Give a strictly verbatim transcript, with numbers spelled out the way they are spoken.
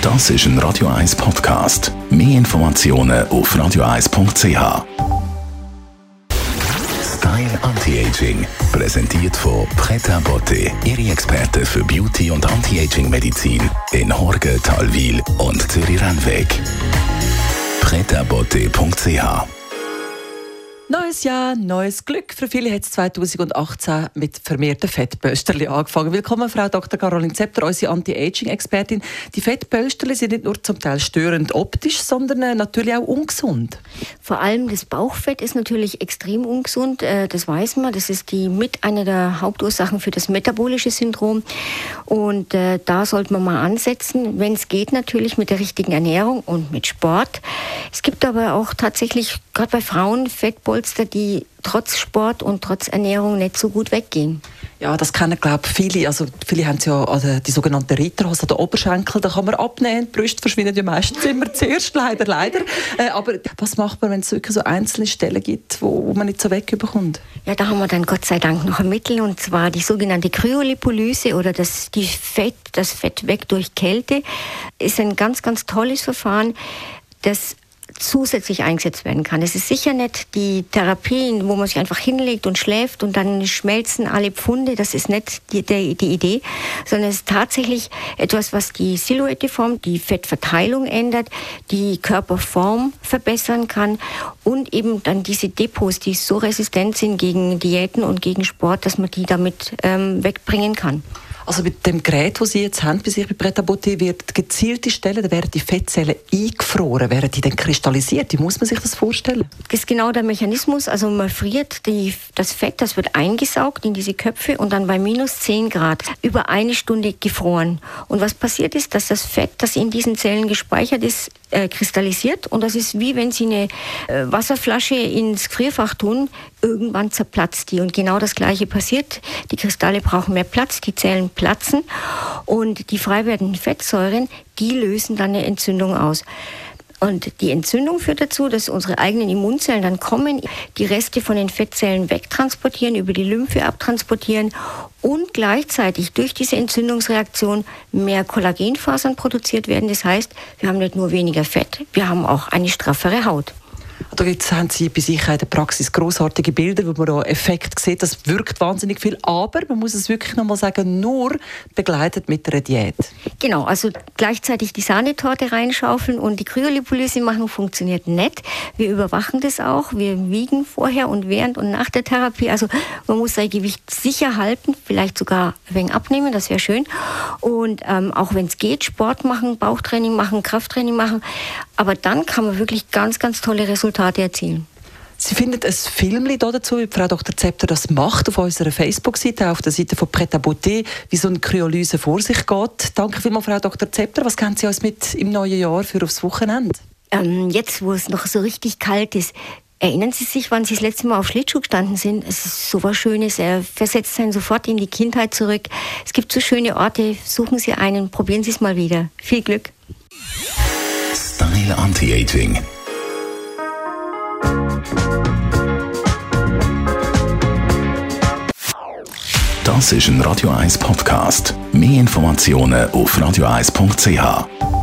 Das ist ein Radio eins Podcast. Mehr Informationen auf radio eins punkt c h. Style Anti-Aging, präsentiert von Pret à Beauté, Ihre Experte für Beauty- und Anti-Aging-Medizin in Horgen, Talwil und Zürich-Rennweg. pret à beauté punkt c h. Neues Jahr, neues Glück. Für viele hat es zwanzig achtzehn mit vermehrten Fettpölsterli angefangen. Willkommen, Frau Doktor Caroline Zepter, unsere Anti-Aging-Expertin. Die Fettpölsterli sind nicht nur zum Teil störend optisch, sondern natürlich auch ungesund. Vor allem das Bauchfett ist natürlich extrem ungesund. Das weiß man. Das ist die mit einer der Hauptursachen für das metabolische Syndrom. Und äh, da sollte man mal ansetzen, wenn es geht, natürlich mit der richtigen Ernährung und mit Sport. Es gibt aber auch tatsächlich, gerade bei Frauen, Fettpolster, die trotz Sport und trotz Ernährung nicht so gut weggehen. Ja, das kennen, glaube ich, viele. Also, viele haben ja also die sogenannte Reiterhose an den Oberschenkeln. Da kann man abnehmen. Die Brüste verschwinden ja meistens immer zuerst, leider, leider. Äh, aber was macht man, wenn es wirklich so einzelne Stellen gibt, wo, wo man nicht so wegbekommt? Ja, da haben wir dann Gott sei Dank noch ein Mittel, und zwar die sogenannte Kryolipolyse oder das, die Fett, das Fett weg durch Kälte. Ist ein ganz, ganz tolles Verfahren, das zusätzlich eingesetzt werden kann. Es ist sicher nicht die Therapie, wo man sich einfach hinlegt und schläft und dann schmelzen alle Pfunde. Das ist nicht die, die, die Idee, sondern es ist tatsächlich etwas, was die Silhouette formt, die Fettverteilung ändert, die Körperform verbessern kann und eben dann diese Depots, die so resistent sind gegen Diäten und gegen Sport, dass man die damit ähm, wegbringen kann. Also mit dem Gerät, das Sie jetzt haben bei sich bei Pret à Beauté, wird gezielte Stellen, da werden die Fettzellen eingefroren, werden die dann kristallisiert. Wie muss man sich das vorstellen? Das ist genau der Mechanismus. Also man friert die, das Fett, das wird eingesaugt in diese Köpfe und dann bei minus zehn Grad über eine Stunde gefroren. Und was passiert ist, dass das Fett, das in diesen Zellen gespeichert ist, äh, kristallisiert. Und das ist wie wenn Sie eine äh, Wasserflasche ins Gefrierfach tun, irgendwann zerplatzt die. Und genau das Gleiche passiert. Die Kristalle brauchen mehr Platz, die Zellen platzen und die frei werdenden Fettsäuren, die lösen dann eine Entzündung aus. Und die Entzündung führt dazu, dass unsere eigenen Immunzellen dann kommen, die Reste von den Fettzellen wegtransportieren, über die Lymphe abtransportieren und gleichzeitig durch diese Entzündungsreaktion mehr Kollagenfasern produziert werden. Das heißt, wir haben nicht nur weniger Fett, wir haben auch eine straffere Haut. Da jetzt haben Sie bei sich in der Praxis grossartige Bilder, wo man da Effekt sieht. Das wirkt wahnsinnig viel, aber man muss es wirklich noch mal sagen, nur begleitet mit einer Diät. Genau, also gleichzeitig die Sahnetorte reinschaufeln und die Kryolipolyse machen funktioniert nicht. Wir überwachen das auch. Wir wiegen vorher und während und nach der Therapie. Also man muss sein Gewicht sicher halten, vielleicht sogar ein wenig abnehmen, das wäre schön. Und ähm, auch wenn es geht, Sport machen, Bauchtraining machen, Krafttraining machen. Aber dann kann man wirklich ganz, ganz tolle Resultate erzielen. Sie finden ein Filmchen dazu, wie Frau Doktor Zepter das macht, auf unserer Facebook-Seite, auf der Seite von Pret à Beauté, wie so eine Kryolyse vor sich geht. Danke vielmals, Frau Doktor Zepter. Was können Sie uns mit im neuen Jahr für aufs Wochenende? Ähm, jetzt, wo es noch so richtig kalt ist, erinnern Sie sich, wann Sie das letzte Mal auf Schlittschuh gestanden sind? Es ist so was Schönes. Er versetzt einen sofort in die Kindheit zurück. Es gibt so schöne Orte. Suchen Sie einen, probieren Sie es mal wieder. Viel Glück. Style Anti-Aging. Das ist ein Radio eins Podcast. Mehr Informationen auf radio eins punkt c h.